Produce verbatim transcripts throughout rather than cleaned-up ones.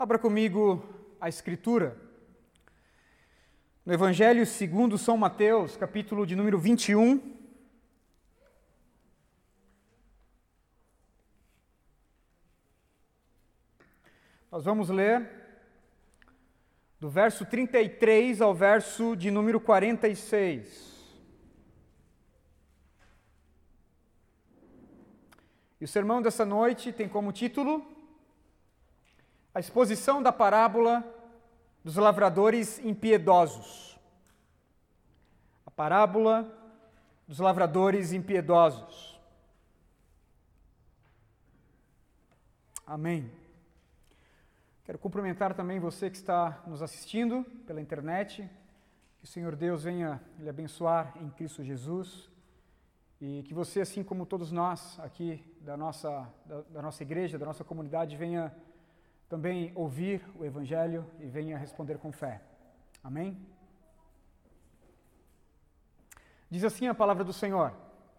Abra comigo a Escritura. No Evangelho segundo São Mateus, capítulo de número vinte e um. Nós vamos ler do verso trinta e três ao verso de número quarenta e seis. E o sermão dessa noite tem como título a exposição da parábola dos lavradores impiedosos. A parábola dos lavradores impiedosos. Amém. Quero cumprimentar também você que está nos assistindo pela internet. Que o Senhor Deus venha lhe abençoar em Cristo Jesus. E que você, assim como todos nós aqui da nossa, da, da nossa igreja, da nossa comunidade, venha também ouvir o Evangelho e venha responder com fé. Amém? Diz assim a palavra do Senhor.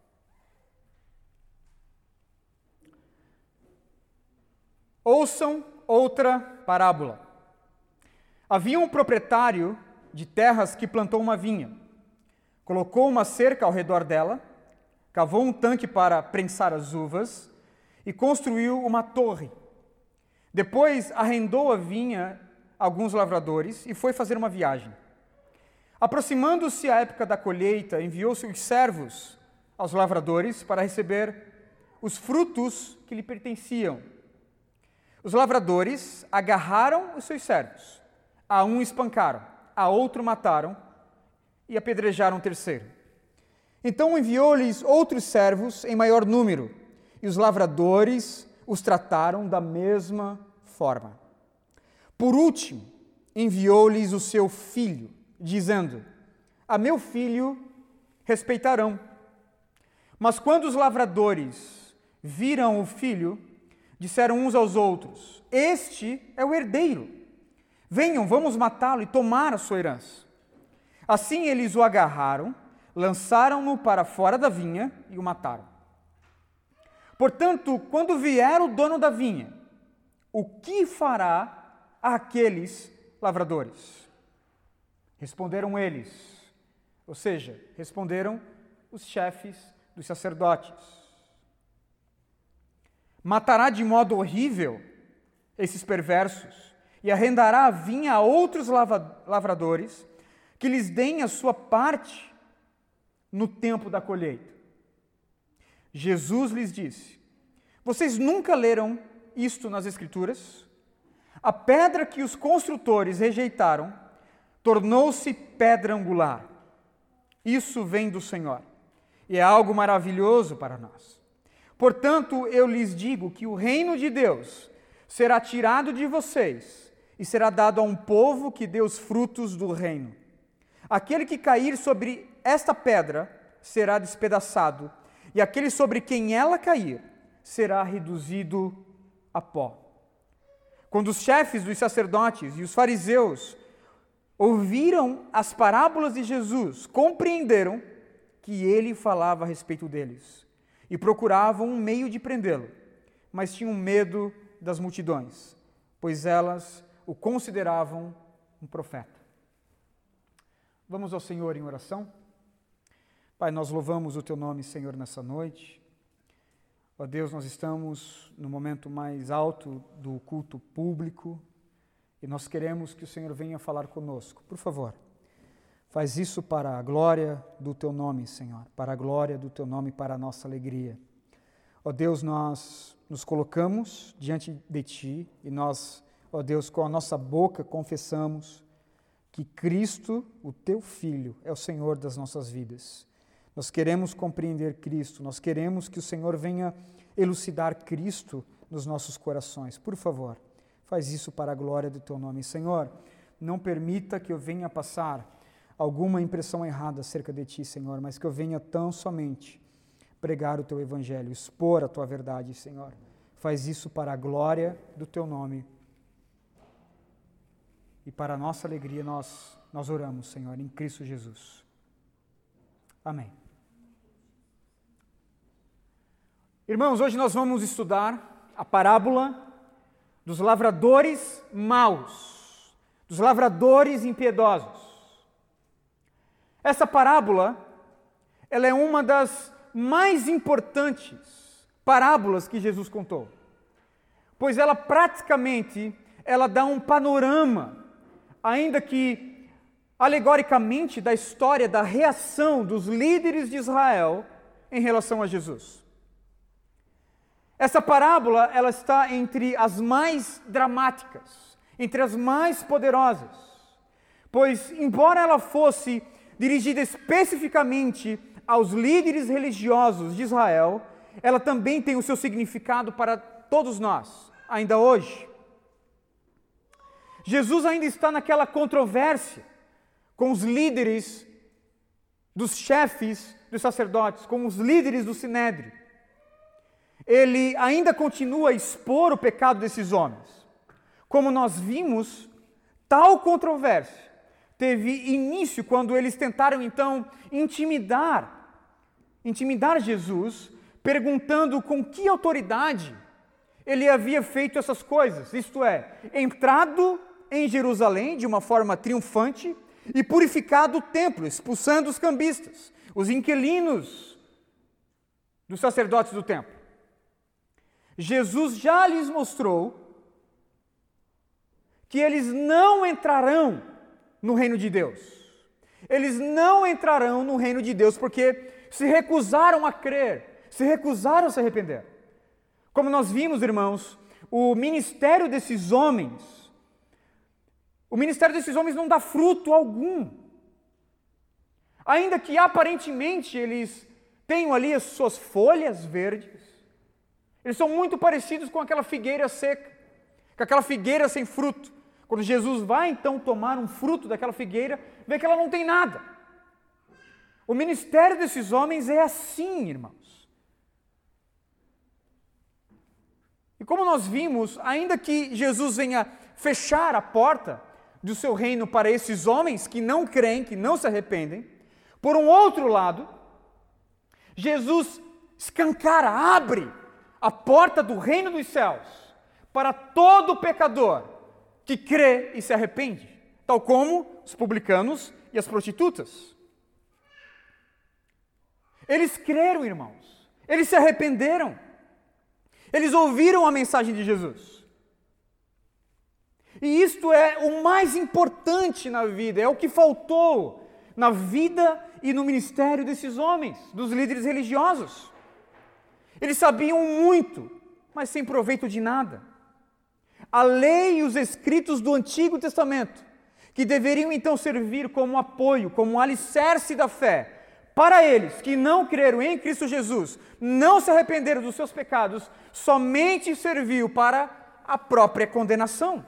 Ouçam outra parábola. Havia um proprietário de terras que plantou uma vinha, colocou uma cerca ao redor dela, cavou um tanque para prensar as uvas e construiu uma torre. Depois arrendou a vinha a alguns lavradores e foi fazer uma viagem. Aproximando-se a época da colheita, enviou seus servos aos lavradores para receber os frutos que lhe pertenciam. Os lavradores agarraram os seus servos, a um espancaram, a outro mataram e apedrejaram o terceiro. Então enviou-lhes outros servos em maior número, e os lavradores os trataram da mesma forma. Por último, enviou-lhes o seu filho, dizendo: a meu filho respeitarão. Mas quando os lavradores viram o filho, disseram uns aos outros: este é o herdeiro. Venham, vamos matá-lo e tomar a sua herança. Assim eles o agarraram, lançaram-no para fora da vinha e o mataram. Portanto, quando vier o dono da vinha, o que fará àqueles lavradores? Responderam eles, ou seja, responderam os chefes dos sacerdotes. Matará de modo horrível esses perversos e arrendará a vinha a outros lavradores que lhes deem a sua parte no tempo da colheita. Jesus lhes disse: vocês nunca leram isto nas Escrituras? A pedra que os construtores rejeitaram tornou-se pedra angular. Isso vem do Senhor e é algo maravilhoso para nós. Portanto, eu lhes digo que o reino de Deus será tirado de vocês e será dado a um povo que dê os frutos do reino. Aquele que cair sobre esta pedra será despedaçado, e aquele sobre quem ela cair será reduzido a pó. Quando os chefes dos sacerdotes e os fariseus ouviram as parábolas de Jesus, compreenderam que ele falava a respeito deles e procuravam um meio de prendê-lo, mas tinham medo das multidões, pois elas o consideravam um profeta. Vamos ao Senhor em oração? Pai, nós louvamos o Teu nome, Senhor, nessa noite. Ó Deus, nós estamos no momento mais alto do culto público e nós queremos que o Senhor venha falar conosco. Por favor, faz isso para a glória do Teu nome, Senhor, para a glória do Teu nome, para a nossa alegria. Ó Deus, nós nos colocamos diante de Ti e nós, ó Deus, com a nossa boca confessamos que Cristo, o Teu Filho, é o Senhor das nossas vidas. Nós queremos compreender Cristo, nós queremos que o Senhor venha elucidar Cristo nos nossos corações. Por favor, faz isso para a glória do Teu nome. Senhor, não permita que eu venha passar alguma impressão errada acerca de Ti, Senhor, mas que eu venha tão somente pregar o Teu Evangelho, expor a Tua verdade, Senhor. Faz isso para a glória do Teu nome. E para a nossa alegria nós, nós oramos, Senhor, em Cristo Jesus. Amém. Irmãos, hoje nós vamos estudar a parábola dos lavradores maus, dos lavradores impiedosos. Essa parábola, ela é uma das mais importantes parábolas que Jesus contou, pois ela praticamente, ela dá um panorama, ainda que alegoricamente, da história da reação dos líderes de Israel em relação a Jesus. Essa parábola, ela está entre as mais dramáticas, entre as mais poderosas, pois, embora ela fosse dirigida especificamente aos líderes religiosos de Israel, ela também tem o seu significado para todos nós, ainda hoje. Jesus ainda está naquela controvérsia com os líderes dos chefes dos sacerdotes, com os líderes do Sinédrio. Ele ainda continua a expor o pecado desses homens. Como nós vimos, tal controvérsia teve início quando eles tentaram então intimidar, intimidar Jesus, perguntando com que autoridade ele havia feito essas coisas, isto é, entrado em Jerusalém de uma forma triunfante e purificado o templo, expulsando os cambistas, os inquilinos dos sacerdotes do templo. Jesus já lhes mostrou que eles não entrarão no reino de Deus. Eles não entrarão no reino de Deus porque se recusaram a crer, se recusaram a se arrepender. Como nós vimos, irmãos, o ministério desses homens, o ministério desses homens não dá fruto algum. Ainda que aparentemente eles tenham ali as suas folhas verdes, eles são muito parecidos com aquela figueira seca, com aquela figueira sem fruto. Quando Jesus vai então tomar um fruto daquela figueira, vê que ela não tem nada. O ministério desses homens é assim, irmãos. E como nós vimos, ainda que Jesus venha fechar a porta do seu reino para esses homens que não creem, que não se arrependem, por um outro lado, Jesus escancara, abre a porta do reino dos céus para todo pecador que crê e se arrepende, tal como os publicanos e as prostitutas. Eles creram, irmãos, eles se arrependeram, eles ouviram a mensagem de Jesus. E isto é o mais importante na vida, é o que faltou na vida e no ministério desses homens, dos líderes religiosos. Eles sabiam muito, mas sem proveito de nada. A lei e os escritos do Antigo Testamento, que deveriam então servir como apoio, como alicerce da fé, para eles que não creram em Cristo Jesus, não se arrependeram dos seus pecados, somente serviu para a própria condenação.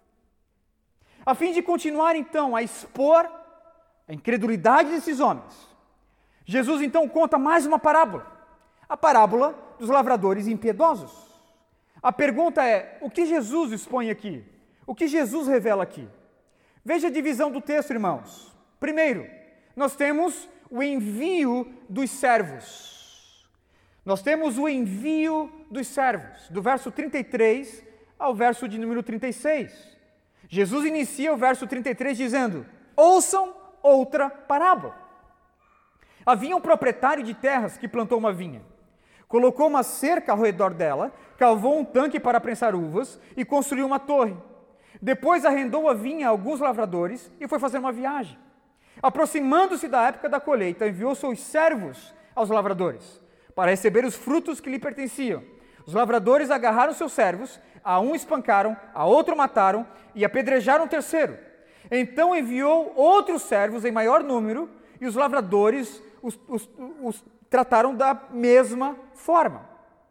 A fim de continuar então a expor a incredulidade desses homens, Jesus então conta mais uma parábola, a parábola dos lavradores impiedosos. A pergunta é, o que Jesus expõe aqui? O que Jesus revela aqui? Veja a divisão do texto, irmãos. Primeiro, nós temos o envio dos servos. Nós temos o envio dos servos, do verso trinta e três ao verso de número trinta e seis. Jesus inicia o verso trinta e três dizendo, ouçam outra parábola. Havia um proprietário de terras que plantou uma vinha. Colocou uma cerca ao redor dela, cavou um tanque para prensar uvas e construiu uma torre. Depois arrendou a vinha a alguns lavradores e foi fazer uma viagem. Aproximando-se da época da colheita, enviou seus servos aos lavradores para receber os frutos que lhe pertenciam. Os lavradores agarraram seus servos, a um espancaram, a outro mataram e apedrejaram o terceiro. Então enviou outros servos em maior número e os lavradores os, os, os trataram da mesma forma.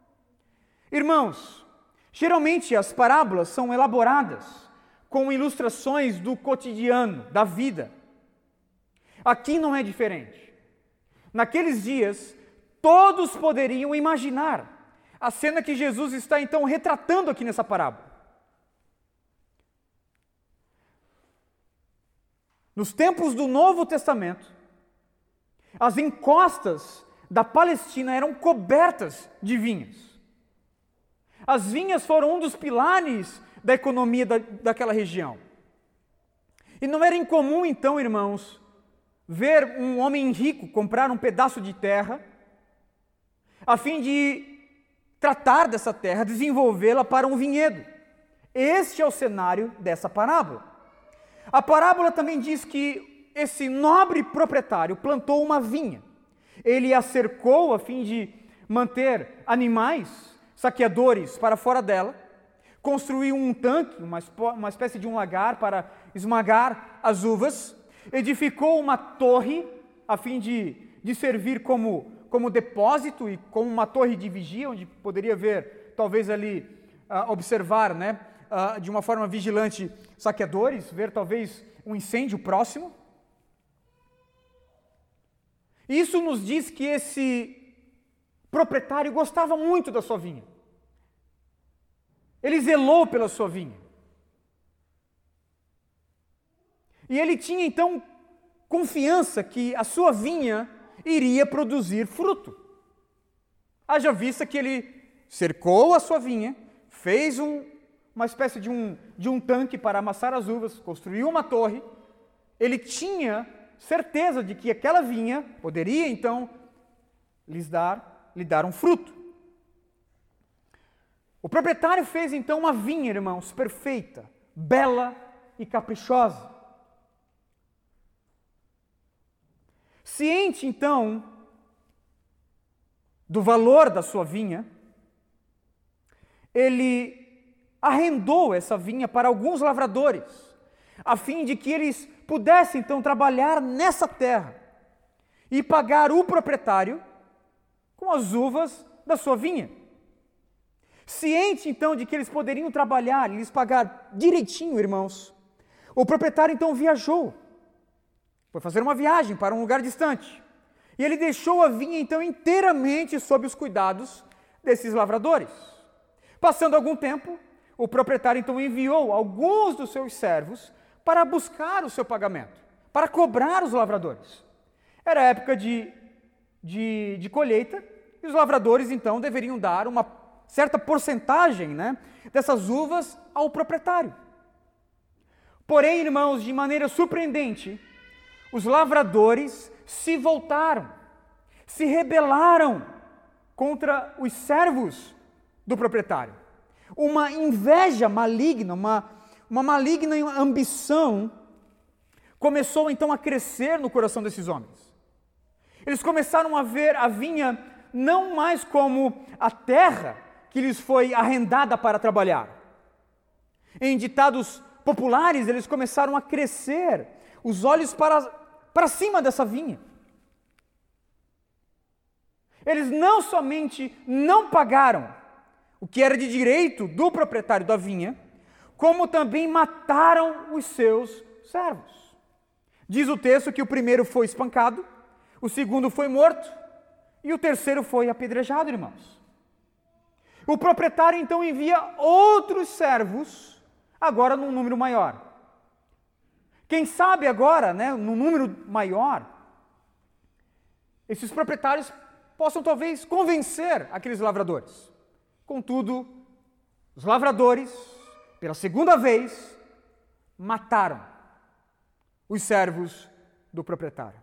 Irmãos, geralmente as parábolas são elaboradas com ilustrações do cotidiano, da vida. Aqui não é diferente. Naqueles dias, todos poderiam imaginar a cena que Jesus está então retratando aqui nessa parábola. Nos tempos do Novo Testamento, as encostas da Palestina eram cobertas de vinhas. As vinhas foram um dos pilares da economia da, daquela região. E não era incomum, então, irmãos, ver um homem rico comprar um pedaço de terra a fim de tratar dessa terra, desenvolvê-la para um vinhedo. Este é o cenário dessa parábola. A parábola também diz que esse nobre proprietário plantou uma vinha. Ele a cercou a fim de manter animais, saqueadores, para fora dela, construiu um tanque, uma, uma espécie de um lagar para esmagar as uvas, edificou uma torre a fim de, de servir como, como depósito e como uma torre de vigia, onde poderia ver, talvez ali, uh, observar, né, uh, de uma forma vigilante saqueadores, ver talvez um incêndio próximo. Isso nos diz que esse proprietário gostava muito da sua vinha. Ele zelou pela sua vinha. E ele tinha então confiança que a sua vinha iria produzir fruto. Haja vista que ele cercou a sua vinha, fez um, uma espécie de um, de um tanque para amassar as uvas, construiu uma torre. Ele tinha certeza de que aquela vinha poderia então lhes dar, lhe dar um fruto. O proprietário fez então uma vinha, irmãos, perfeita, bela e caprichosa. Ciente então do valor da sua vinha, ele arrendou essa vinha para alguns lavradores, a fim de que eles pudessem então trabalhar nessa terra e pagar o proprietário com as uvas da sua vinha. Ciente então de que eles poderiam trabalhar e lhes pagar direitinho, irmãos, o proprietário então viajou, foi fazer uma viagem para um lugar distante, e ele deixou a vinha então inteiramente sob os cuidados desses lavradores. Passando algum tempo, o proprietário então enviou alguns dos seus servos para buscar o seu pagamento, para cobrar os lavradores. Era época de, de, de colheita, e os lavradores então deveriam dar uma certa porcentagem, né, dessas uvas ao proprietário. Porém, irmãos, de maneira surpreendente, os lavradores se voltaram, se rebelaram contra os servos do proprietário. Uma inveja maligna, uma, uma maligna ambição começou então a crescer no coração desses homens. Eles começaram a ver a vinha não mais como a terra que lhes foi arrendada para trabalhar. Em ditados populares, eles começaram a crescer os olhos para, para cima dessa vinha. Eles não somente não pagaram o que era de direito do proprietário da vinha, como também mataram os seus servos. Diz o texto que o primeiro foi espancado, o segundo foi morto e o terceiro foi apedrejado, irmãos. O proprietário então envia outros servos, agora num número maior. Quem sabe agora, né, num número maior, esses proprietários possam talvez convencer aqueles lavradores. Contudo, os lavradores, pela segunda vez, mataram os servos do proprietário.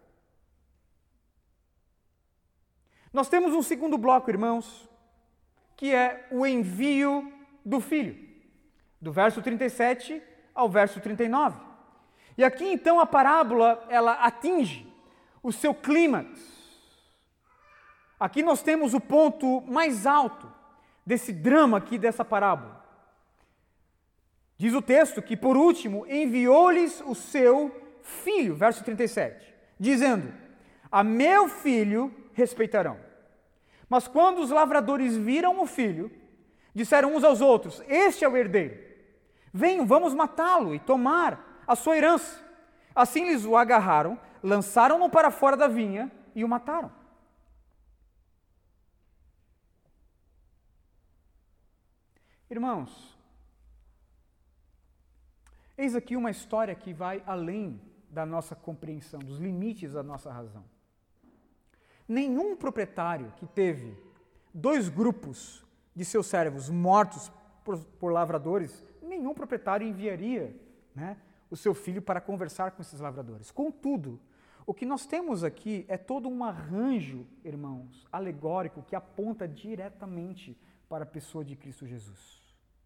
Nós temos um segundo bloco, irmãos, que é o envio do filho, do verso trinta e sete ao verso trinta e nove. E aqui então a parábola, ela atinge o seu clímax. Aqui nós temos o ponto mais alto desse drama aqui dessa parábola. Diz o texto que, por último, enviou-lhes o seu filho, verso trinta e sete, dizendo: a meu filho respeitarão. Mas quando os lavradores viram o filho, disseram uns aos outros: este é o herdeiro. Venham, vamos matá-lo e tomar a sua herança. Assim lhes o agarraram, lançaram-no para fora da vinha e o mataram. Irmãos, eis aqui uma história que vai além da nossa compreensão, dos limites da nossa razão. Nenhum proprietário que teve dois grupos de seus servos mortos por, por lavradores, nenhum proprietário enviaria, né, o seu filho para conversar com esses lavradores. Contudo, o que nós temos aqui é todo um arranjo, irmãos, alegórico, que aponta diretamente para a pessoa de Cristo Jesus.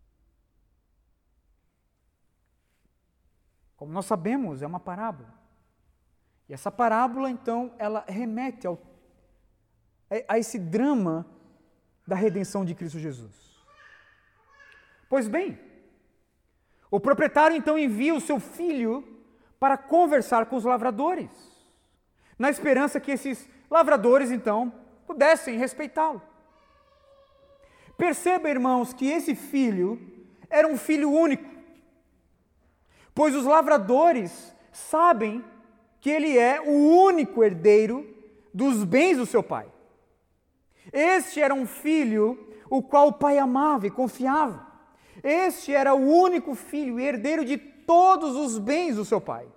Como nós sabemos, é uma parábola. E essa parábola, então, ela remete ao, a esse drama da redenção de Cristo Jesus. Pois bem, o proprietário, então, envia o seu filho para conversar com os lavradores, na esperança que esses lavradores, então, pudessem respeitá-lo. Perceba, irmãos, que esse filho era um filho único, pois os lavradores sabem que ele é o único herdeiro dos bens do seu pai. Este era um filho o qual o pai amava e confiava. Este era o único filho e herdeiro de todos os bens do seu pai.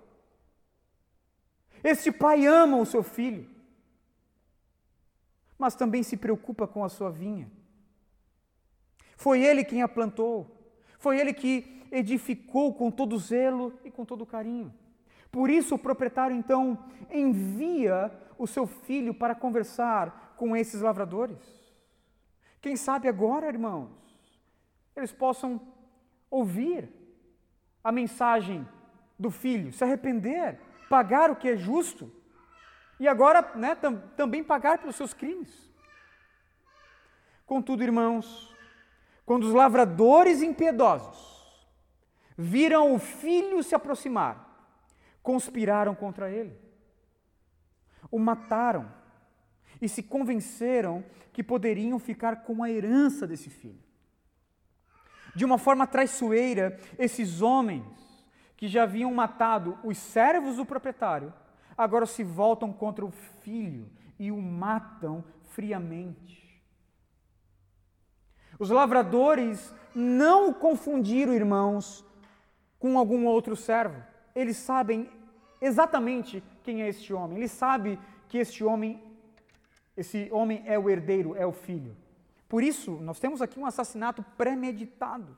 Este pai ama o seu filho, mas também se preocupa com a sua vinha. Foi ele quem a plantou, foi ele que edificou com todo zelo e com todo carinho. Por isso o proprietário então envia o seu filho para conversar com esses lavradores. Quem sabe agora, irmãos, eles possam ouvir a mensagem do filho, se arrepender, pagar o que é justo e agora, né, tam, também pagar pelos seus crimes. Contudo, irmãos, quando os lavradores impiedosos viram o filho se aproximar, conspiraram contra ele, o mataram e se convenceram que poderiam ficar com a herança desse filho. De uma forma traiçoeira, esses homens que já haviam matado os servos do proprietário, agora se voltam contra o filho e o matam friamente. Os lavradores não o confundiram, irmãos, com algum outro servo. Eles sabem exatamente quem é este homem. Eles sabem que este homem, esse homem é o herdeiro, é o filho. Por isso, nós temos aqui um assassinato premeditado.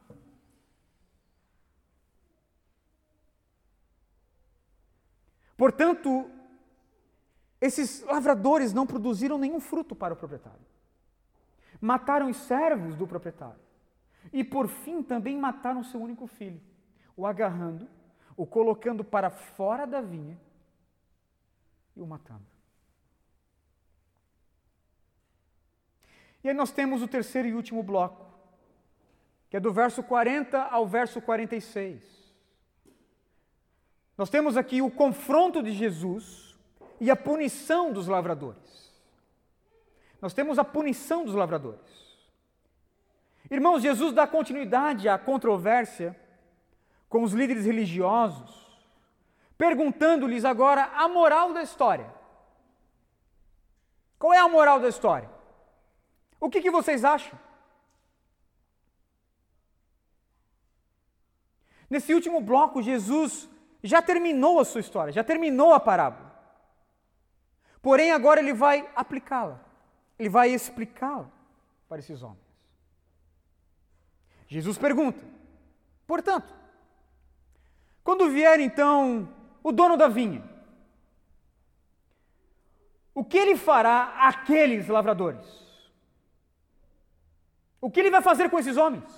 Portanto, esses lavradores não produziram nenhum fruto para o proprietário. Mataram os servos do proprietário. E, por fim, também mataram seu único filho, o agarrando, o colocando para fora da vinha e o matando. E aí nós temos o terceiro e último bloco, que é do verso quarenta ao verso quarenta e seis. Nós temos aqui o confronto de Jesus e a punição dos lavradores. Nós temos a punição dos lavradores. Irmãos, Jesus dá continuidade à controvérsia com os líderes religiosos, perguntando-lhes agora a moral da história. Qual é a moral da história? O que, que vocês acham? Nesse último bloco, Jesus já terminou a sua história, já terminou a parábola. Porém, agora ele vai aplicá-la, ele vai explicá-la para esses homens. Jesus pergunta, portanto, quando vier então o dono da vinha, o que ele fará àqueles lavradores? O que ele vai fazer com esses homens?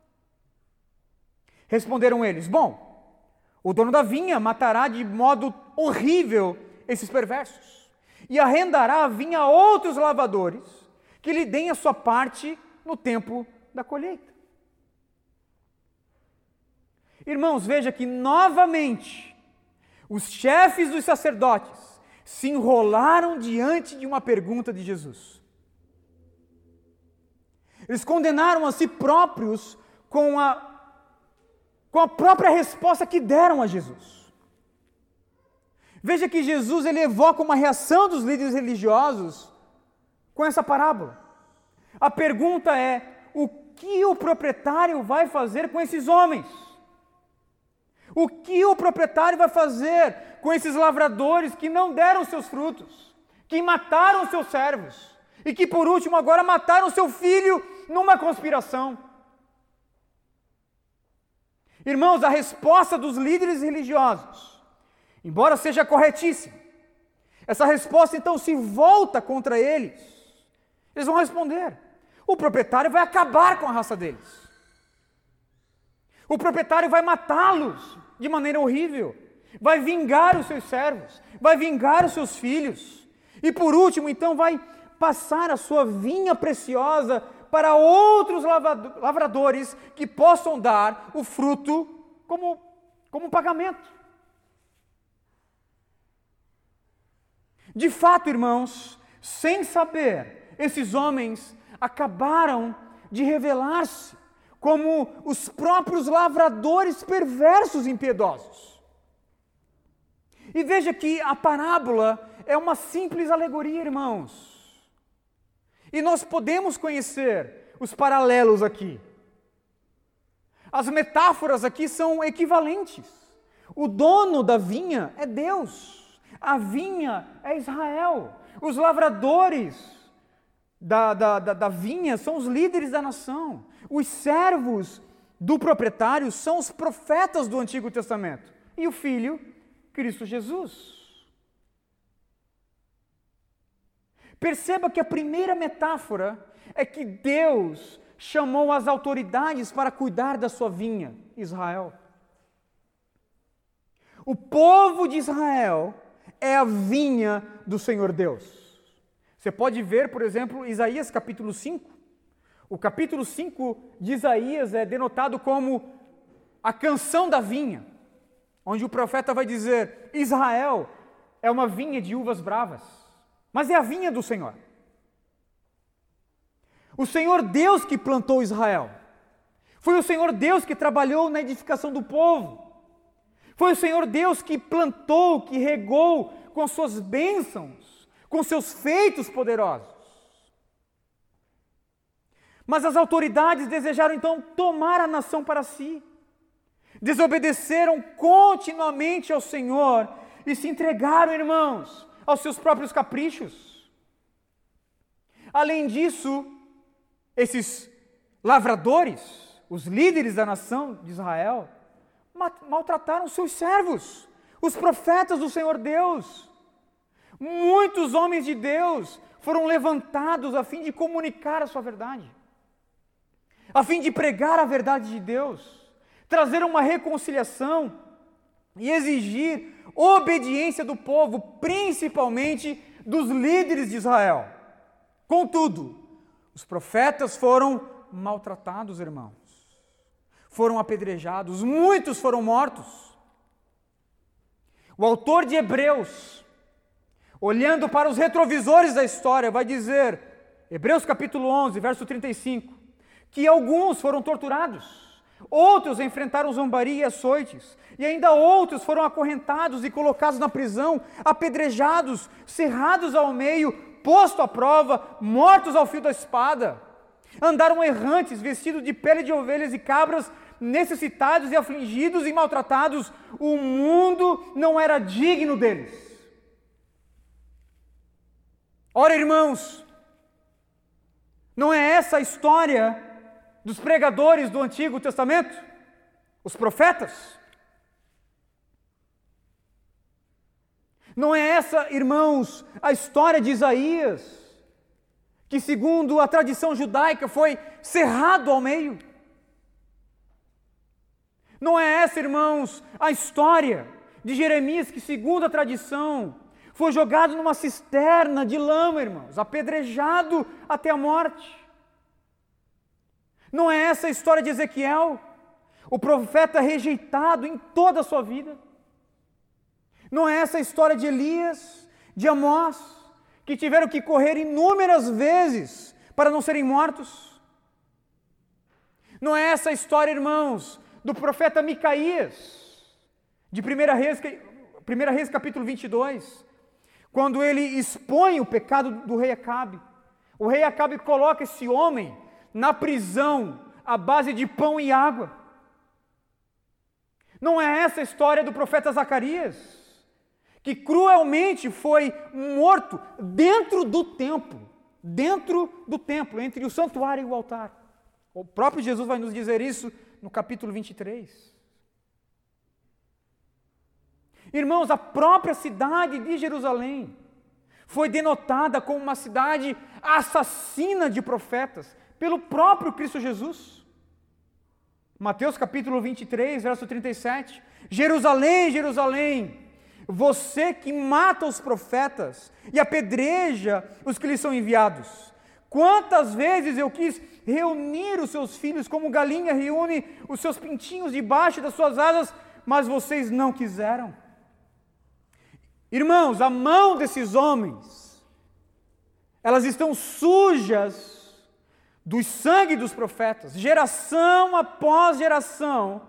Responderam eles, bom, o dono da vinha matará de modo horrível esses perversos e arrendará a vinha a outros lavradores que lhe deem a sua parte no tempo da colheita. Irmãos, veja que novamente os chefes dos sacerdotes se enrolaram diante de uma pergunta de Jesus. Eles condenaram a si próprios com a, com a própria resposta que deram a Jesus. Veja que Jesus ele evoca uma reação dos líderes religiosos com essa parábola. A pergunta é, o que o proprietário vai fazer com esses homens? O que o proprietário vai fazer com esses lavradores que não deram seus frutos, que mataram seus servos e que, por último, agora mataram seu filho numa conspiração? Irmãos, a resposta dos líderes religiosos, embora seja corretíssima, essa resposta então se volta contra eles. Eles vão responder: o proprietário vai acabar com a raça deles. O proprietário vai matá-los de maneira horrível. Vai vingar os seus servos, vai vingar os seus filhos. E por último, então, vai passar a sua vinha preciosa para outros lavradores que possam dar o fruto como, como pagamento. De fato, irmãos, sem saber, esses homens acabaram de revelar-se como os próprios lavradores perversos e impiedosos. E veja que a parábola é uma simples alegoria, irmãos. E nós podemos conhecer os paralelos aqui. As metáforas aqui são equivalentes. O dono da vinha é Deus. A vinha é Israel. Os lavradores da, da, da, da vinha são os líderes da nação. Os servos do proprietário são os profetas do Antigo Testamento. E o Filho, Cristo Jesus. Perceba que a primeira metáfora é que Deus chamou as autoridades para cuidar da sua vinha, Israel. O povo de Israel é a vinha do Senhor Deus. Você pode ver, por exemplo, Isaías capítulo cinco. O capítulo cinco de Isaías é denotado como a canção da vinha, onde o profeta vai dizer: Israel é uma vinha de uvas bravas, mas é a vinha do Senhor. O Senhor Deus que plantou Israel. Foi o Senhor Deus que trabalhou na edificação do povo. Foi o Senhor Deus que plantou, que regou com suas bênçãos, com seus feitos poderosos. Mas as autoridades desejaram então tomar a nação para si. Desobedeceram continuamente ao Senhor e se entregaram, irmãos, aos seus próprios caprichos. Além disso, esses lavradores, os líderes da nação de Israel, maltrataram seus servos, os profetas do Senhor Deus. Muitos homens de Deus foram levantados a fim de comunicar a sua verdade, a fim de pregar a verdade de Deus, trazer uma reconciliação e exigir obediência do povo, principalmente dos líderes de Israel. Contudo, os profetas foram maltratados, irmãos. Foram apedrejados, muitos foram mortos. O autor de Hebreus, olhando para os retrovisores da história, vai dizer, Hebreus capítulo onze, verso trinta e cinco, que alguns foram torturados, outros enfrentaram zombaria e açoites, e ainda outros foram acorrentados e colocados na prisão, apedrejados, cerrados ao meio, posto à prova, mortos ao fio da espada. Andaram errantes, vestidos de pele de ovelhas e cabras, necessitados e afligidos e maltratados. O mundo não era digno deles. Ora, irmãos, não é essa a história dos pregadores do Antigo Testamento? Os profetas? Não é essa, irmãos, a história de Isaías, que segundo a tradição judaica foi cerrado ao meio? Não é essa, irmãos, a história de Jeremias, que segundo a tradição foi jogado numa cisterna de lama, irmãos, apedrejado até a morte? Não é essa a história de Ezequiel, o profeta rejeitado em toda a sua vida? Não é essa a história de Elias, de Amós, que tiveram que correr inúmeras vezes para não serem mortos? Não é essa a história, irmãos, do profeta Micaías, de primeira Reis, primeira Reis capítulo vinte e dois, quando ele expõe o pecado do rei Acabe. O rei Acabe coloca esse homem na prisão à base de pão e água. Não é essa a história do profeta Zacarias, que cruelmente foi morto dentro do templo, dentro do templo, entre o santuário e o altar. O próprio Jesus vai nos dizer isso no capítulo vinte e três. Irmãos, a própria cidade de Jerusalém foi denotada como uma cidade assassina de profetas pelo próprio Cristo Jesus. Mateus capítulo vinte e três, verso trinta e sete. Jerusalém, Jerusalém, você que mata os profetas e apedreja os que lhes são enviados. Quantas vezes eu quis reunir os seus filhos como galinha reúne os seus pintinhos debaixo das suas asas, mas vocês não quiseram. Irmãos, a mão desses homens, elas estão sujas do sangue dos profetas, geração após geração,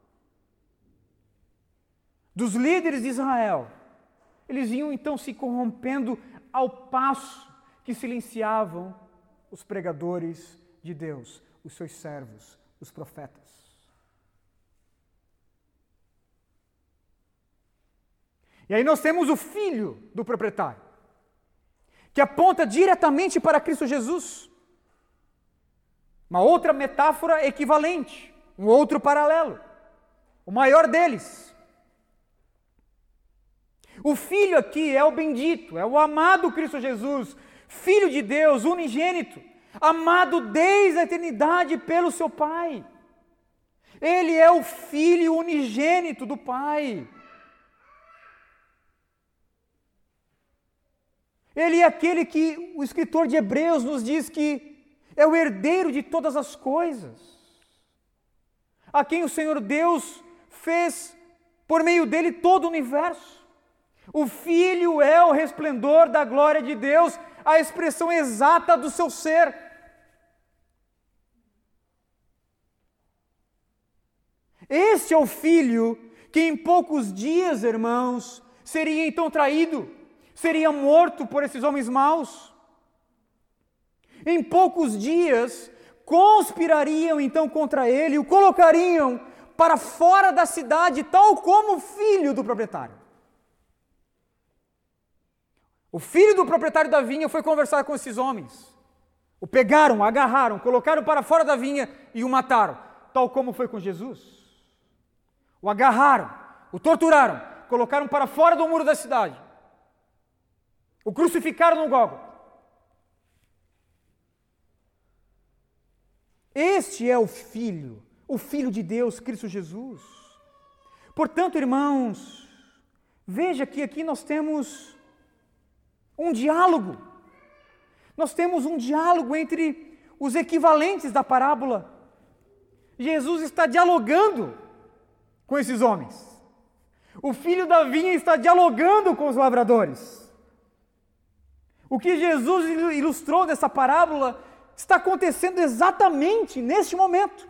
dos líderes de Israel. Eles iam então se corrompendo ao passo que silenciavam os pregadores de Deus, os seus servos, os profetas. E aí nós temos o filho do proprietário, que aponta diretamente para Cristo Jesus. Uma outra metáfora equivalente, um outro paralelo, o maior deles. O filho aqui é o bendito, é o amado Cristo Jesus, Filho de Deus, unigênito, amado desde a eternidade pelo seu Pai. Ele é o Filho unigênito do Pai. Ele é aquele que o escritor de Hebreus nos diz que é o herdeiro de todas as coisas, a quem o Senhor Deus fez por meio dele todo o universo. O Filho é o resplendor da glória de Deus, a expressão exata do seu ser. Este é o Filho que em poucos dias, irmãos, seria então traído, seria morto por esses homens maus. Em poucos dias, conspirariam então contra ele, o colocariam para fora da cidade, tal como o filho do proprietário. O filho do proprietário da vinha foi conversar com esses homens. O pegaram, o agarraram, colocaram para fora da vinha e o mataram, tal como foi com Jesus. O agarraram, o torturaram, colocaram para fora do muro da cidade. O crucificaram no Gólgota. Este é o Filho, o Filho de Deus, Cristo Jesus. Portanto, irmãos, veja que aqui nós temos um diálogo. Nós temos um diálogo entre os equivalentes da parábola. Jesus está dialogando com esses homens. O filho da vinha está dialogando com os lavradores. O que Jesus ilustrou nessa parábola está acontecendo exatamente neste momento.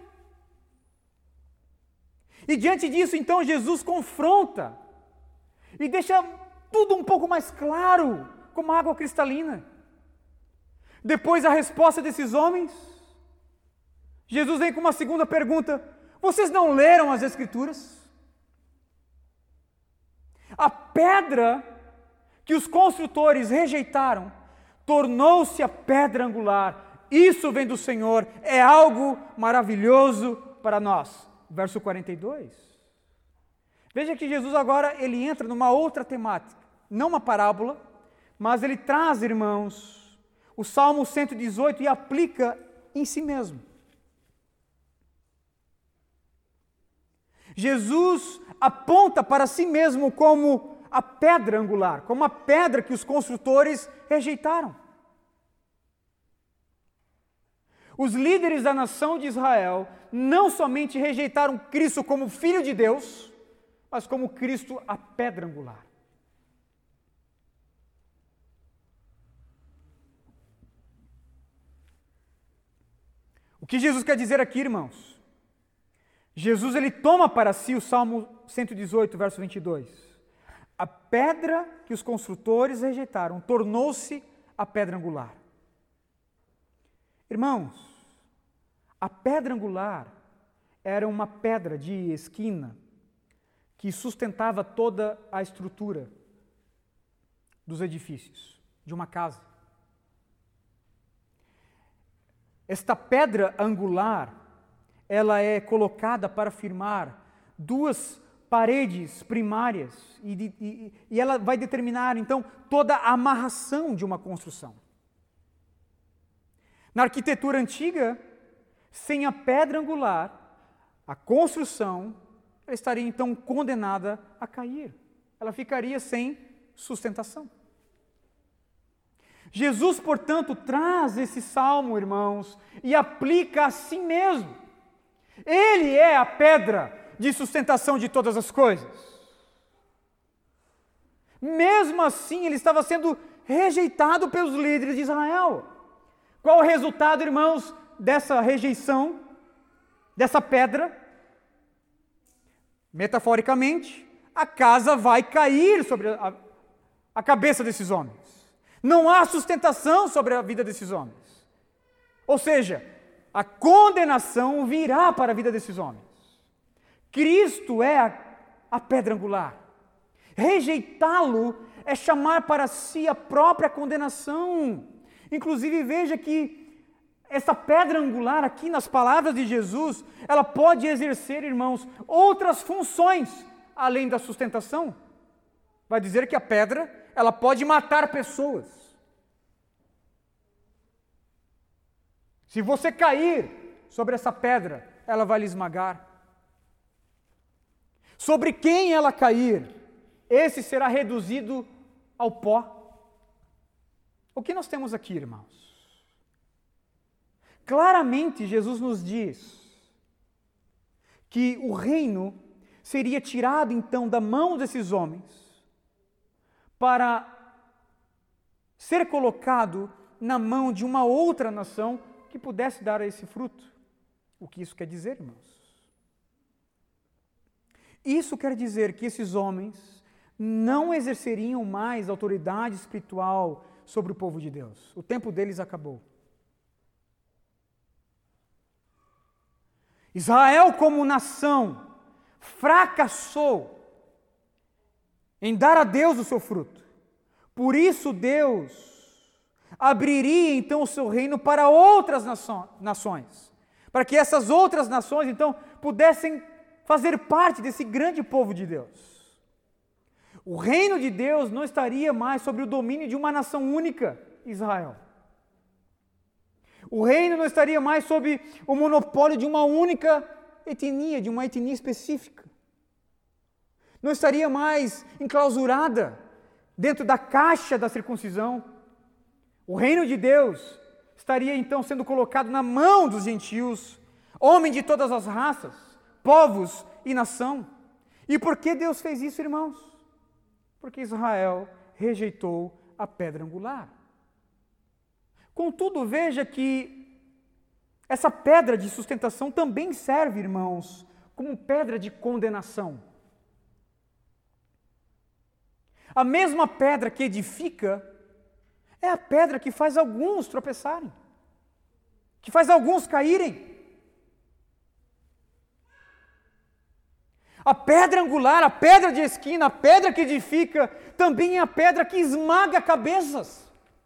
E diante disso, então, Jesus confronta e deixa tudo um pouco mais claro, como água cristalina. Depois da resposta desses homens, Jesus vem com uma segunda pergunta: vocês não leram as Escrituras? A pedra que os construtores rejeitaram tornou-se a pedra angular. Isso vem do Senhor, é algo maravilhoso para nós. Verso quarenta e dois. Veja que Jesus agora ele entra numa outra temática, não uma parábola, mas ele traz, irmãos, o Salmo cento e dezoito e aplica em si mesmo. Jesus aponta para si mesmo como a pedra angular, como a pedra que os construtores rejeitaram. Os líderes da nação de Israel não somente rejeitaram Cristo como Filho de Deus, mas como Cristo a pedra angular. O que Jesus quer dizer aqui, irmãos? Jesus ele toma para si o Salmo cento e dezoito, verso vinte e dois. A pedra que os construtores rejeitaram tornou-se a pedra angular. Irmãos, a pedra angular era uma pedra de esquina que sustentava toda a estrutura dos edifícios, de uma casa. Esta pedra angular, ela é colocada para firmar duas paredes primárias e, de, e, e ela vai determinar, então, toda a amarração de uma construção. Na arquitetura antiga, sem a pedra angular, a construção ela estaria, então, condenada a cair. Ela ficaria sem sustentação. Jesus, portanto, traz esse salmo, irmãos, e aplica a si mesmo. Ele é a pedra de sustentação de todas as coisas. Mesmo assim, ele estava sendo rejeitado pelos líderes de Israel. Qual o resultado, irmãos, dessa rejeição, dessa pedra? Metaforicamente, a casa vai cair sobre a, a cabeça desses homens. Não há sustentação sobre a vida desses homens. Ou seja, a condenação virá para a vida desses homens. Cristo é a, a pedra angular. Rejeitá-lo é chamar para si a própria condenação. Inclusive, veja que essa pedra angular aqui nas palavras de Jesus, ela pode exercer, irmãos, outras funções além da sustentação. Vai dizer que a pedra, ela pode matar pessoas. Se você cair sobre essa pedra, ela vai lhe esmagar. Sobre quem ela cair, esse será reduzido ao pó. O que nós temos aqui, irmãos? Claramente, Jesus nos diz que o reino seria tirado, então, da mão desses homens para ser colocado na mão de uma outra nação que pudesse dar esse fruto. O que isso quer dizer, irmãos? Isso quer dizer que esses homens não exerceriam mais autoridade espiritual sobre o povo de Deus. O tempo deles acabou. Israel, como nação, fracassou em dar a Deus o seu fruto. Por isso Deus abriria então o seu reino para outras nações, para que essas outras nações então pudessem fazer parte desse grande povo de Deus. O reino de Deus não estaria mais sob o domínio de uma nação única, Israel. O reino não estaria mais sob o monopólio de uma única etnia, de uma etnia específica. Não estaria mais enclausurada dentro da caixa da circuncisão. O reino de Deus estaria então sendo colocado na mão dos gentios, homens de todas as raças, povos e nação. E por que Deus fez isso, irmãos? Porque Israel rejeitou a pedra angular. Contudo, veja que essa pedra de sustentação também serve, irmãos, como pedra de condenação. A mesma pedra que edifica é a pedra que faz alguns tropeçarem, que faz alguns caírem. A pedra angular, a pedra de esquina, a pedra que edifica, também é a pedra que esmaga cabeças.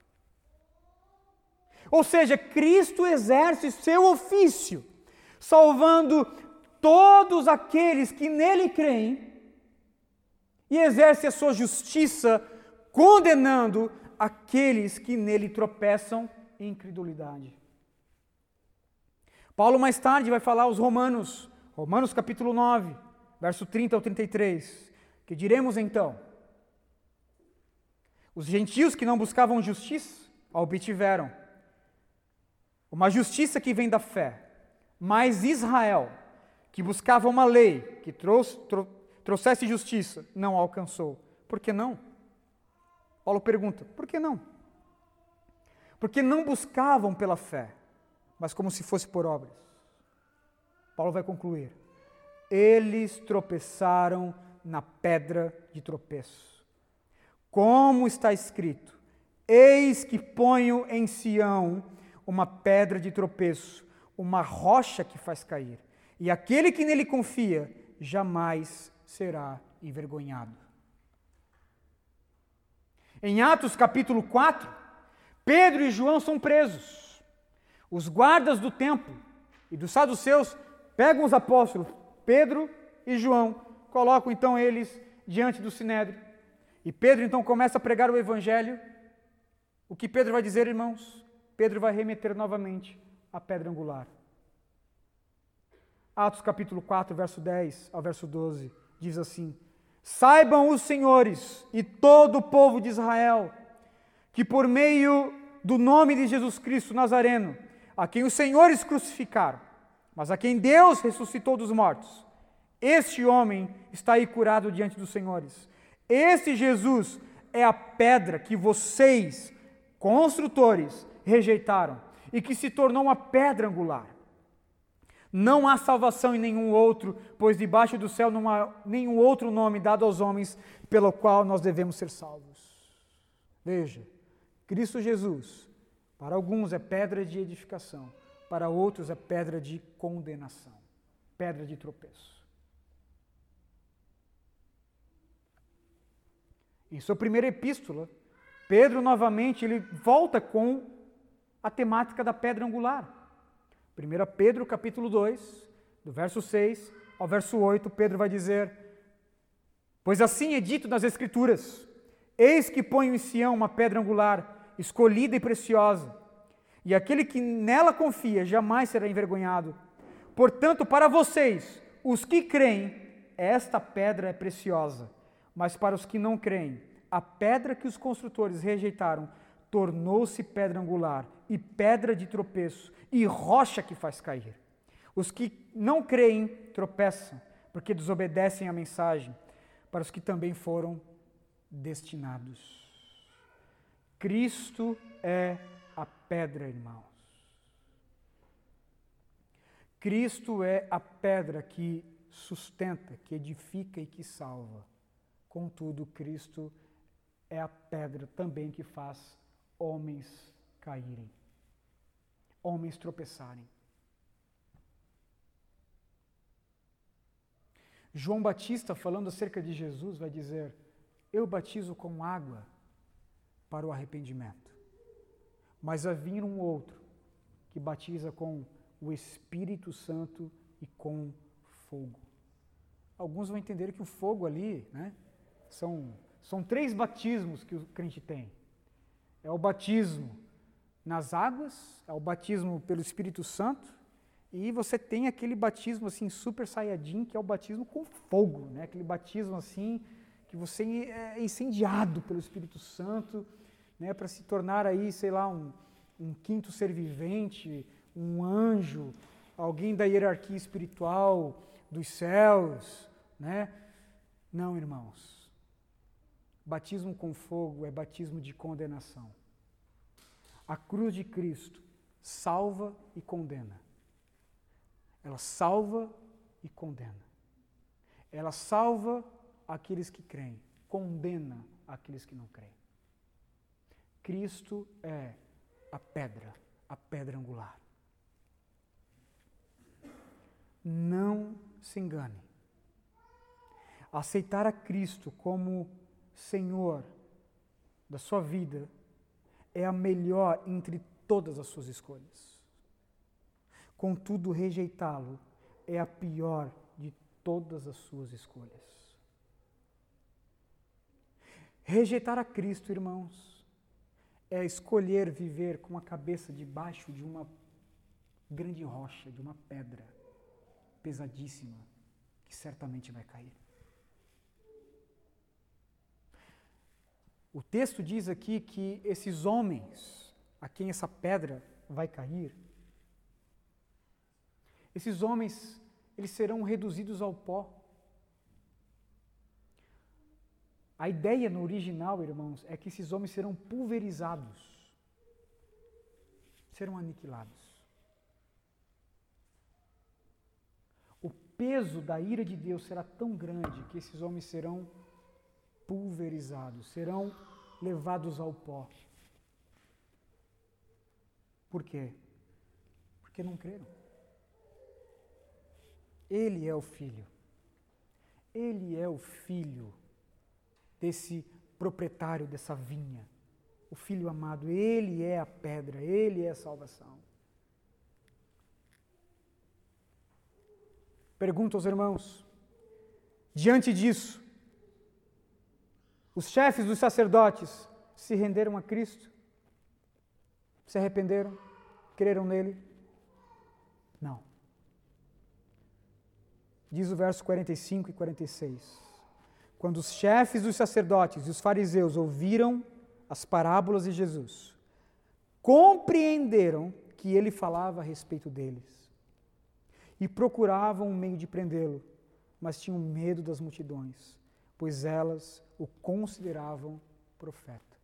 Ou seja, Cristo exerce seu ofício, salvando todos aqueles que nele creem, e exerce a sua justiça, condenando aqueles que nele tropeçam em incredulidade. Paulo mais tarde vai falar aos Romanos, Romanos capítulo nove, verso trinta ao trinta e três, que diremos então? Os gentios que não buscavam justiça, a obtiveram. Uma justiça que vem da fé. Mas Israel, que buscava uma lei que trouxe, trou, trouxesse justiça, não a alcançou. Por que não? Paulo pergunta, por que não? Porque não buscavam pela fé, mas como se fosse por obras. Paulo vai concluir. Eles tropeçaram na pedra de tropeço. Como está escrito, eis que ponho em Sião uma pedra de tropeço, uma rocha que faz cair, e aquele que nele confia jamais será envergonhado. Em Atos capítulo quatro, Pedro e João são presos. Os guardas do templo e dos saduceus pegam os apóstolos, Pedro e João, colocam então eles diante do Sinédrio. E Pedro então começa a pregar o Evangelho. O que Pedro vai dizer, irmãos? Pedro vai remeter novamente à pedra angular. Atos capítulo quatro, verso dez ao verso doze, diz assim: saibam os senhores e todo o povo de Israel, que por meio do nome de Jesus Cristo Nazareno, a quem os senhores crucificaram, mas a quem Deus ressuscitou dos mortos, este homem está aí curado diante dos senhores. Este Jesus é a pedra que vocês, construtores, rejeitaram e que se tornou uma pedra angular. Não há salvação em nenhum outro, pois debaixo do céu não há nenhum outro nome dado aos homens pelo qual nós devemos ser salvos. Veja, Cristo Jesus, para alguns é pedra de edificação, para outros é pedra de condenação, pedra de tropeço. Em sua primeira epístola, Pedro novamente ele volta com a temática da pedra angular. primeiro Pedro capítulo dois, do verso seis ao verso oito, Pedro vai dizer: pois assim é dito nas Escrituras, eis que ponho em Sião uma pedra angular, escolhida e preciosa, e aquele que nela confia jamais será envergonhado. Portanto, para vocês, os que creem, esta pedra é preciosa, mas para os que não creem, a pedra que os construtores rejeitaram tornou-se pedra angular e pedra de tropeço e rocha que faz cair. Os que não creem tropeçam, porque desobedecem à mensagem, para os que também foram destinados. Cristo é a pedra, irmãos. Cristo é a pedra que sustenta, que edifica e que salva. Contudo, Cristo é a pedra também que faz homens caírem, homens tropeçarem. João Batista, falando acerca de Jesus, vai dizer: eu batizo com água para o arrependimento, mas vai vir um outro que batiza com o Espírito Santo e com fogo. Alguns vão entender que o fogo ali, né, são, são três batismos que o crente tem. É o batismo nas águas, é o batismo pelo Espírito Santo, e você tem aquele batismo assim super saiyajin, que é o batismo com fogo, né? Aquele batismo assim que você é incendiado pelo Espírito Santo, né, para se tornar aí, sei lá, um, um quinto ser vivente, um anjo, alguém da hierarquia espiritual dos céus, né? Não, irmãos. Batismo com fogo é batismo de condenação. A cruz de Cristo salva e condena. Ela salva e condena. Ela salva aqueles que creem, condena aqueles que não creem. Cristo é a pedra, a pedra angular. Não se engane. Aceitar a Cristo como Senhor da sua vida é a melhor entre todas as suas escolhas. Contudo, rejeitá-lo é a pior de todas as suas escolhas. Rejeitar a Cristo, irmãos, é escolher viver com a cabeça debaixo de uma grande rocha, de uma pedra pesadíssima, que certamente vai cair. O texto diz aqui que esses homens, a quem essa pedra vai cair, esses homens, eles serão reduzidos ao pó. A ideia no original, irmãos, é que esses homens serão pulverizados, serão aniquilados. O peso da ira de Deus será tão grande que esses homens serão pulverizados, serão levados ao pó. Por quê? Porque não creram. Ele é o Filho. Ele é o Filho desse proprietário dessa vinha. O Filho amado. Ele é a pedra. Ele é a salvação. Pergunto aos irmãos: Diante disso, os chefes dos sacerdotes se renderam a Cristo? Se arrependeram? Creram nele? Não. Diz o verso quarenta e cinco e quarenta e seis. Quando os chefes dos sacerdotes e os fariseus ouviram as parábolas de Jesus, compreenderam que ele falava a respeito deles e procuravam um meio de prendê-lo, mas tinham medo das multidões, pois elas o consideravam profeta.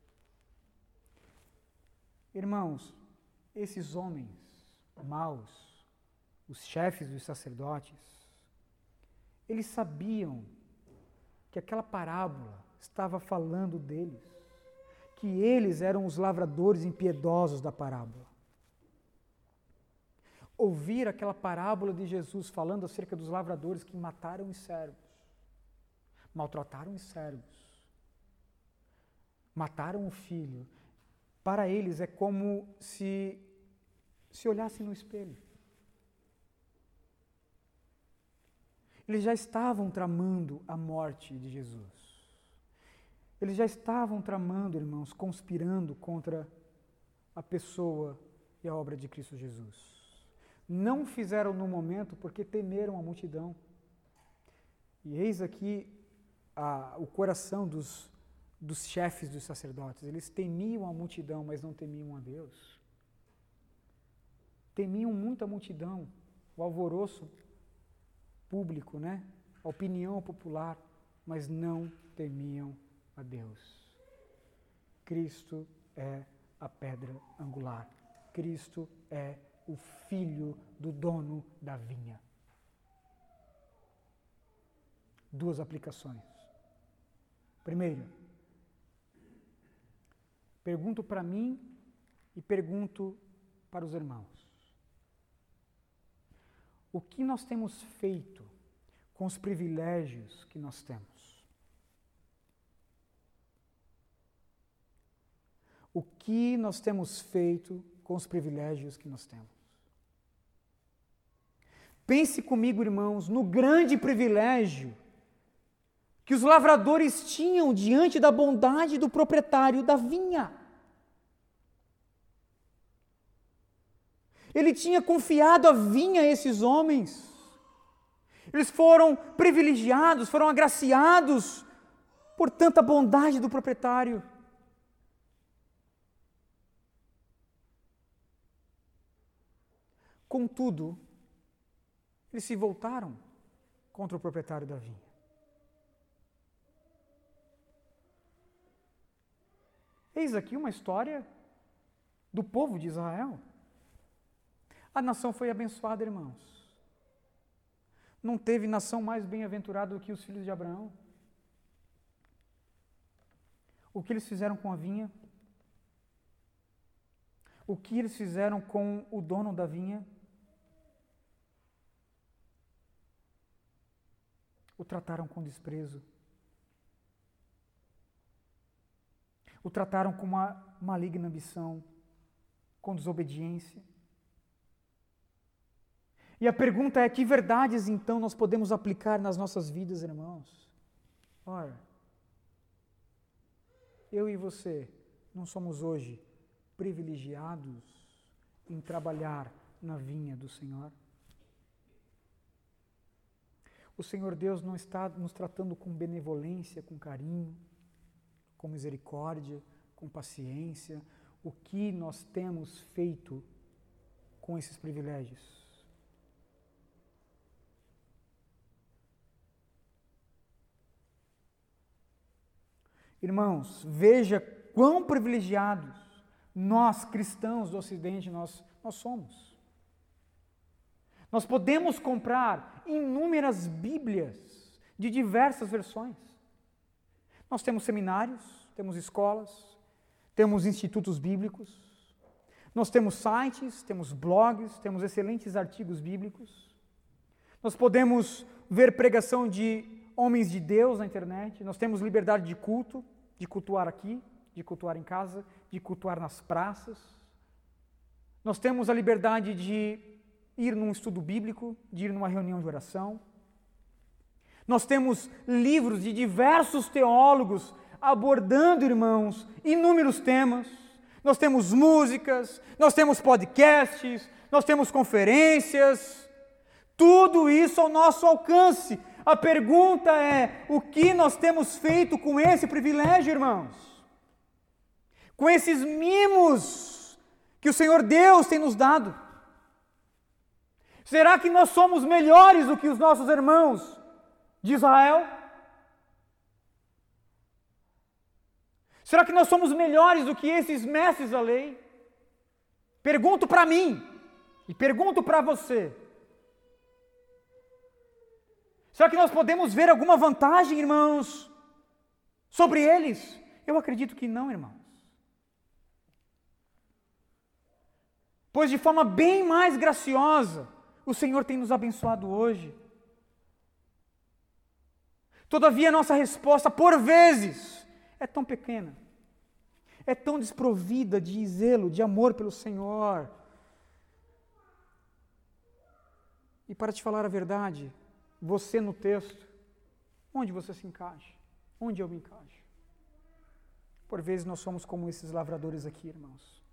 Irmãos, esses homens maus, os chefes dos sacerdotes, eles sabiam que aquela parábola estava falando deles, que eles eram os lavradores impiedosos da parábola. Ouvir aquela parábola de Jesus falando acerca dos lavradores que mataram os servos, maltrataram os servos, mataram o filho, para eles é como se se olhassem no espelho. Eles já estavam tramando a morte de Jesus. Eles já estavam tramando, irmãos, conspirando contra a pessoa e a obra de Cristo Jesus. Não fizeram no momento porque temeram a multidão. E eis aqui a, o coração dos, dos chefes dos sacerdotes. Eles temiam a multidão, mas não temiam a Deus. Temiam muito a multidão, o alvoroço público, né? A opinião popular, mas não temiam a Deus. Cristo é a pedra angular. Cristo é o filho do dono da vinha. Duas aplicações. Primeiro, pergunto para mim e pergunto para os irmãos. O que nós temos feito com os privilégios que nós temos? O que nós temos feito com os privilégios que nós temos? Pense comigo, irmãos, no grande privilégio que os lavradores tinham diante da bondade do proprietário da vinha. Ele tinha confiado a vinha a esses homens. Eles foram privilegiados, foram agraciados por tanta bondade do proprietário. Contudo, eles se voltaram contra o proprietário da vinha. Eis aqui uma história do povo de Israel. A nação foi abençoada, irmãos. Não teve nação mais bem-aventurada do que os filhos de Abraão. O que eles fizeram com a vinha? O que eles fizeram com o dono da vinha? O trataram com desprezo. O trataram com uma maligna ambição, com desobediência. E a pergunta é, que verdades então nós podemos aplicar nas nossas vidas, irmãos? Ora, eu e você não somos hoje privilegiados em trabalhar na vinha do Senhor? O Senhor Deus não está nos tratando com benevolência, com carinho, com misericórdia, com paciência? O que nós temos feito com esses privilégios? Irmãos, veja quão privilegiados nós, cristãos do Ocidente, nós, nós somos. Nós podemos comprar inúmeras Bíblias de diversas versões. Nós temos seminários, temos escolas, temos institutos bíblicos, nós temos sites, temos blogs, temos excelentes artigos bíblicos. Nós podemos ver pregação de homens de Deus na internet, nós temos liberdade de culto, de cultuar aqui, de cultuar em casa, de cultuar nas praças. Nós temos a liberdade de ir num estudo bíblico, de ir numa reunião de oração. Nós temos livros de diversos teólogos abordando, irmãos, inúmeros temas. Nós temos músicas, nós temos podcasts, nós temos conferências. Tudo isso ao nosso alcance. A pergunta é: o que nós temos feito com esse privilégio, irmãos? Com esses mimos que o Senhor Deus tem nos dado? Será que nós somos melhores do que os nossos irmãos de Israel? Será que nós somos melhores do que esses mestres da lei? Pergunto para mim e pergunto para você. Será que nós podemos ver alguma vantagem, irmãos, sobre eles? Eu acredito que não, irmãos. Pois de forma bem mais graciosa, o Senhor tem nos abençoado hoje. Todavia, a nossa resposta, por vezes, é tão pequena, é tão desprovida de zelo, de amor pelo Senhor. E para te falar a verdade, você no texto, onde você se encaixa? Onde eu me encaixo? Por vezes nós somos como esses lavradores aqui, irmãos.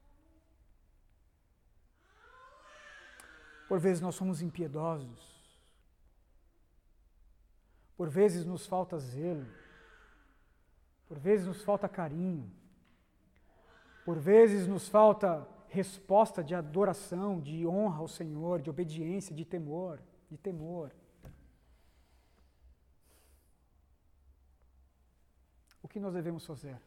Por vezes nós somos impiedosos. Por vezes nos falta zelo. Por vezes nos falta carinho. Por vezes nos falta resposta de adoração, de honra ao Senhor, de obediência, de temor, de temor. O que nós devemos fazer?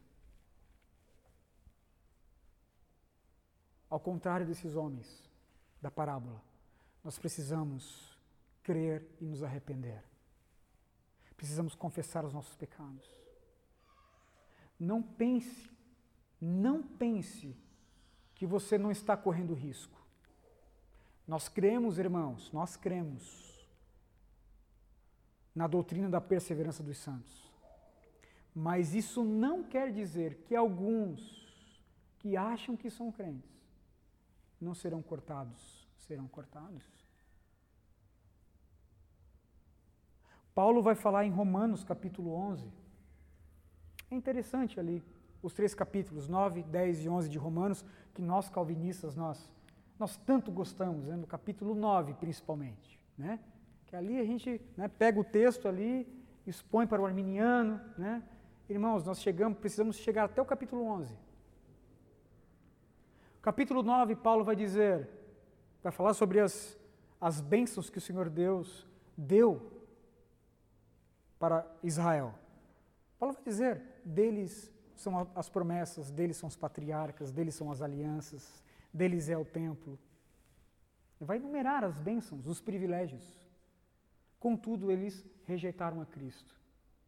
Ao contrário desses homens da parábola, nós precisamos crer e nos arrepender. Precisamos confessar os nossos pecados. Não pense, não pense que você não está correndo risco. Nós cremos, irmãos, nós cremos na doutrina da perseverança dos santos. Mas isso não quer dizer que alguns que acham que são crentes não serão cortados. Serão cortados. Paulo vai falar em Romanos capítulo onze. É interessante ali, os três capítulos, nove, dez e onze de Romanos, que nós calvinistas, nós, nós tanto gostamos, né, no capítulo nove principalmente. Né? Que ali a gente, né, pega o texto ali, expõe para o arminiano, né? Irmãos, nós chegamos, precisamos chegar até o capítulo onze. Capítulo nove, Paulo vai dizer, vai falar sobre as, as bênçãos que o Senhor Deus deu para Israel. Paulo vai dizer, deles são as promessas, deles são os patriarcas, deles são as alianças, deles é o templo. Ele vai enumerar as bênçãos, os privilégios. Contudo, eles rejeitaram a Cristo.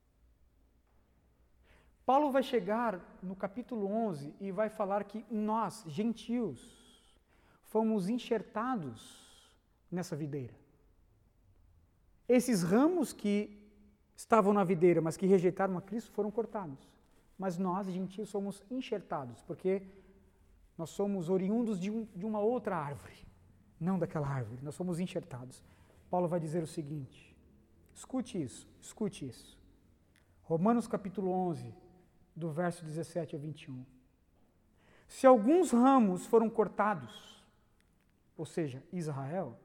Paulo vai chegar no capítulo onze e vai falar que nós, gentios, fomos enxertados nessa videira. Esses ramos que estavam na videira, mas que rejeitaram a Cristo, foram cortados. Mas nós, gentios, somos enxertados, porque nós somos oriundos de, um, de uma outra árvore, não daquela árvore, nós somos enxertados. Paulo vai dizer o seguinte, escute isso, escute isso. Romanos capítulo onze, do verso dezessete a vinte e um. Se alguns ramos foram cortados, ou seja, Israel,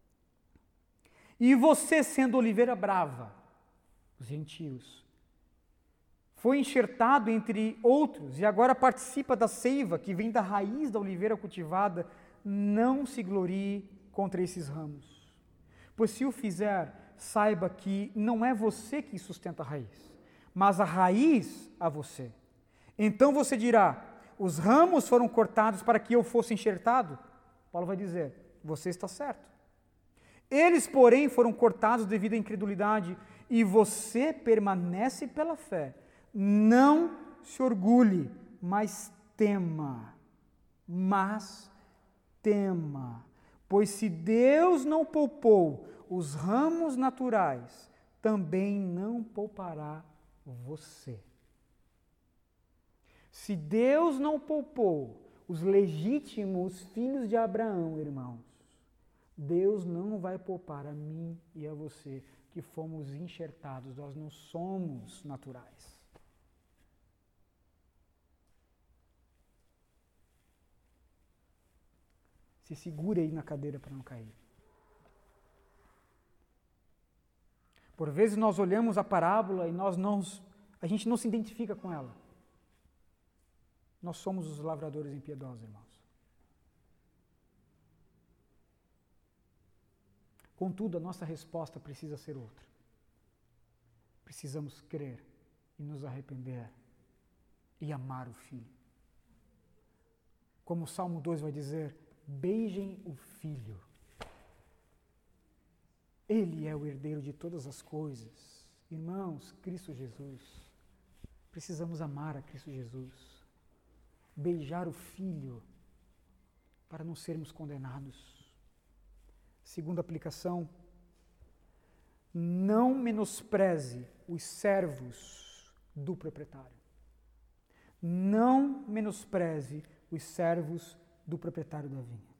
e você sendo oliveira brava, os gentios, foi enxertado entre outros e agora participa da seiva que vem da raiz da oliveira cultivada, não se glorie contra esses ramos. Pois se o fizer, saiba que não é você que sustenta a raiz, mas a raiz a você. Então você dirá, os ramos foram cortados para que eu fosse enxertado? Paulo vai dizer, você está certo. Eles, porém, foram cortados devido à incredulidade e você permanece pela fé. Não se orgulhe, mas tema, mas tema. Pois se Deus não poupou os ramos naturais, também não poupará você. Se Deus não poupou os legítimos filhos de Abraão, irmãos, Deus não vai poupar a mim e a você que fomos enxertados, nós não somos naturais. Se segure aí na cadeira para não cair. Por vezes nós olhamos a parábola e nós não, a gente não se identifica com ela. Nós somos os lavradores impiedosos, irmãos. Contudo, a nossa resposta precisa ser outra. Precisamos crer e nos arrepender e amar o Filho. Como o Salmo dois vai dizer, beijem o Filho. Ele é o herdeiro de todas as coisas. Irmãos, Cristo Jesus. Precisamos amar a Cristo Jesus. Beijar o Filho para não sermos condenados. Segunda aplicação, não menospreze os servos do proprietário. Não menospreze os servos do proprietário da vinha.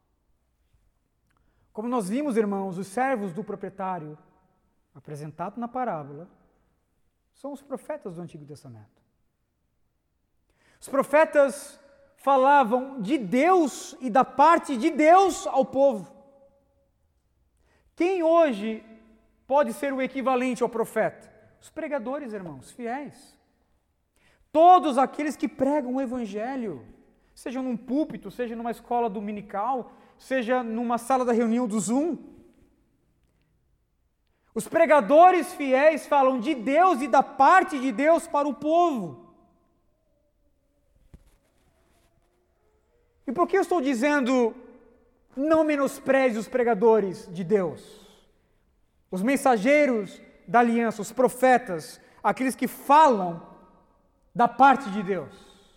Como nós vimos, irmãos, os servos do proprietário, apresentados na parábola, são os profetas do Antigo Testamento. Os profetas falavam de Deus e da parte de Deus ao povo. Quem hoje pode ser o equivalente ao profeta? Os pregadores, irmãos, fiéis. Todos aqueles que pregam o Evangelho, seja num púlpito, seja numa escola dominical, seja numa sala da reunião do Zoom. Os pregadores fiéis falam de Deus e da parte de Deus para o povo. E por que eu estou dizendo não menospreze os pregadores de Deus? Os mensageiros da aliança, os profetas, aqueles que falam da parte de Deus.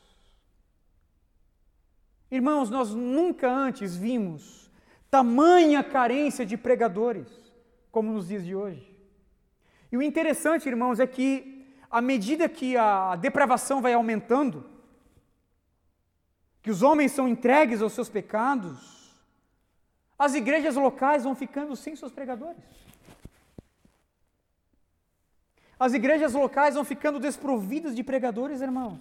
Irmãos, nós nunca antes vimos tamanha carência de pregadores, como nos dias de hoje. E o interessante, irmãos, é que à medida que a depravação vai aumentando, que os homens são entregues aos seus pecados, as igrejas locais vão ficando sem seus pregadores. As igrejas locais vão ficando desprovidas de pregadores, irmãos.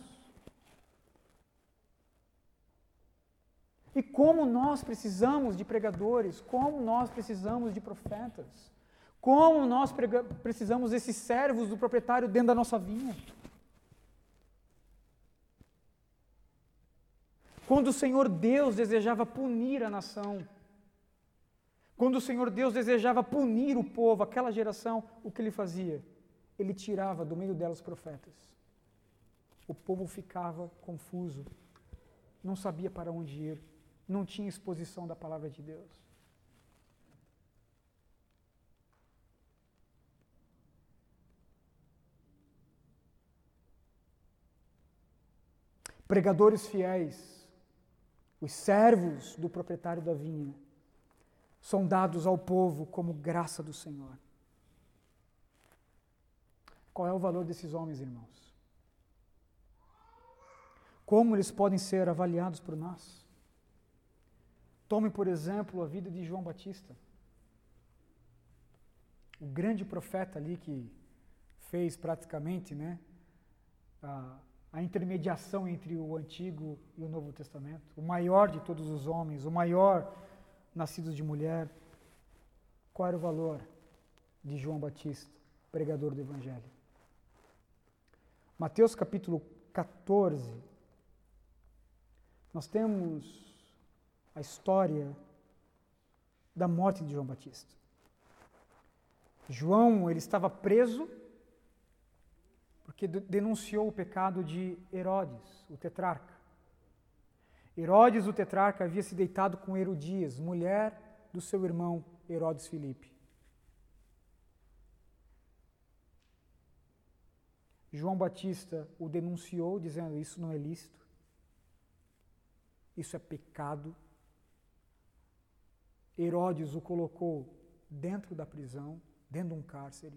E como nós precisamos de pregadores, como nós precisamos de profetas, como nós prega- precisamos desses servos do proprietário dentro da nossa vinha. Quando o Senhor Deus desejava punir a nação, quando o Senhor Deus desejava punir o povo, aquela geração, o que ele fazia? Ele tirava do meio delas profetas. O povo ficava confuso, não sabia para onde ir, não tinha exposição da palavra de Deus. Pregadores fiéis, os servos do proprietário da vinha, são dados ao povo como graça do Senhor. Qual é o valor desses homens, irmãos? Como eles podem ser avaliados por nós? Tome, por exemplo, a vida de João Batista, o grande profeta ali que fez praticamente, né, a, a intermediação entre o Antigo e o Novo Testamento, o maior de todos os homens, o maior nascido de mulher. Qual era o valor de João Batista, pregador do Evangelho? Mateus capítulo catorze, nós temos a história da morte de João Batista. João, ele estava preso porque denunciou o pecado de Herodes, o tetrarca. Herodes, o tetrarca, havia se deitado com Herodias, mulher do seu irmão Herodes Filipe. João Batista o denunciou, dizendo: isso não é lícito, isso é pecado. Herodes o colocou dentro da prisão, dentro de um cárcere.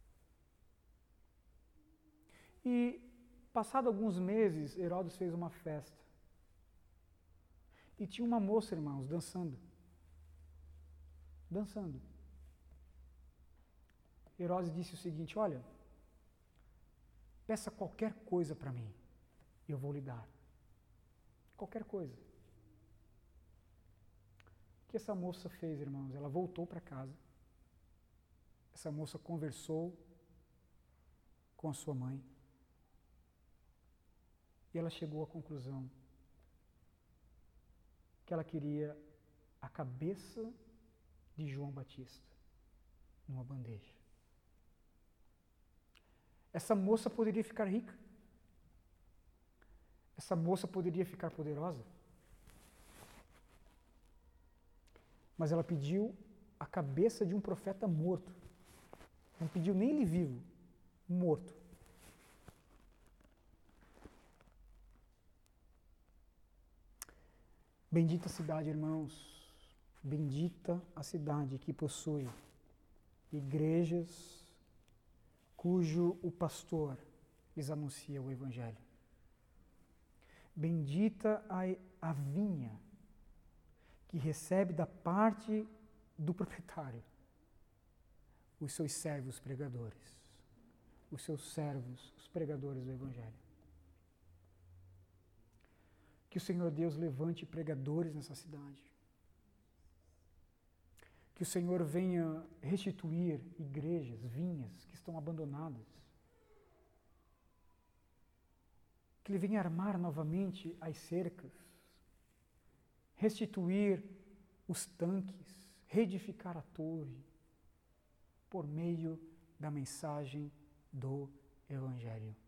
E, passado alguns meses, Herodes fez uma festa. E tinha uma moça, irmãos, dançando. Dançando. Herodes disse o seguinte: olha, peça qualquer coisa para mim, eu vou lhe dar. Qualquer coisa. O que essa moça fez, irmãos? Ela voltou para casa. Essa moça conversou com a sua mãe. E ela chegou à conclusão que ela queria a cabeça de João Batista numa bandeja. Essa moça poderia ficar rica. Essa moça poderia ficar poderosa. Mas ela pediu a cabeça de um profeta morto. Não pediu nem ele vivo, morto. Bendita a cidade, irmãos. Bendita a cidade que possui igrejas cujo o pastor lhes anuncia o Evangelho. Bendita a, a vinha que recebe da parte do proprietário os seus servos pregadores, os seus servos, os pregadores do Evangelho. Que o Senhor Deus levante pregadores nessa cidade. Que o Senhor venha restituir igrejas, vinhas que estão abandonadas. Que Ele venha armar novamente as cercas, restituir os tanques, reedificar a torre, por meio da mensagem do Evangelho.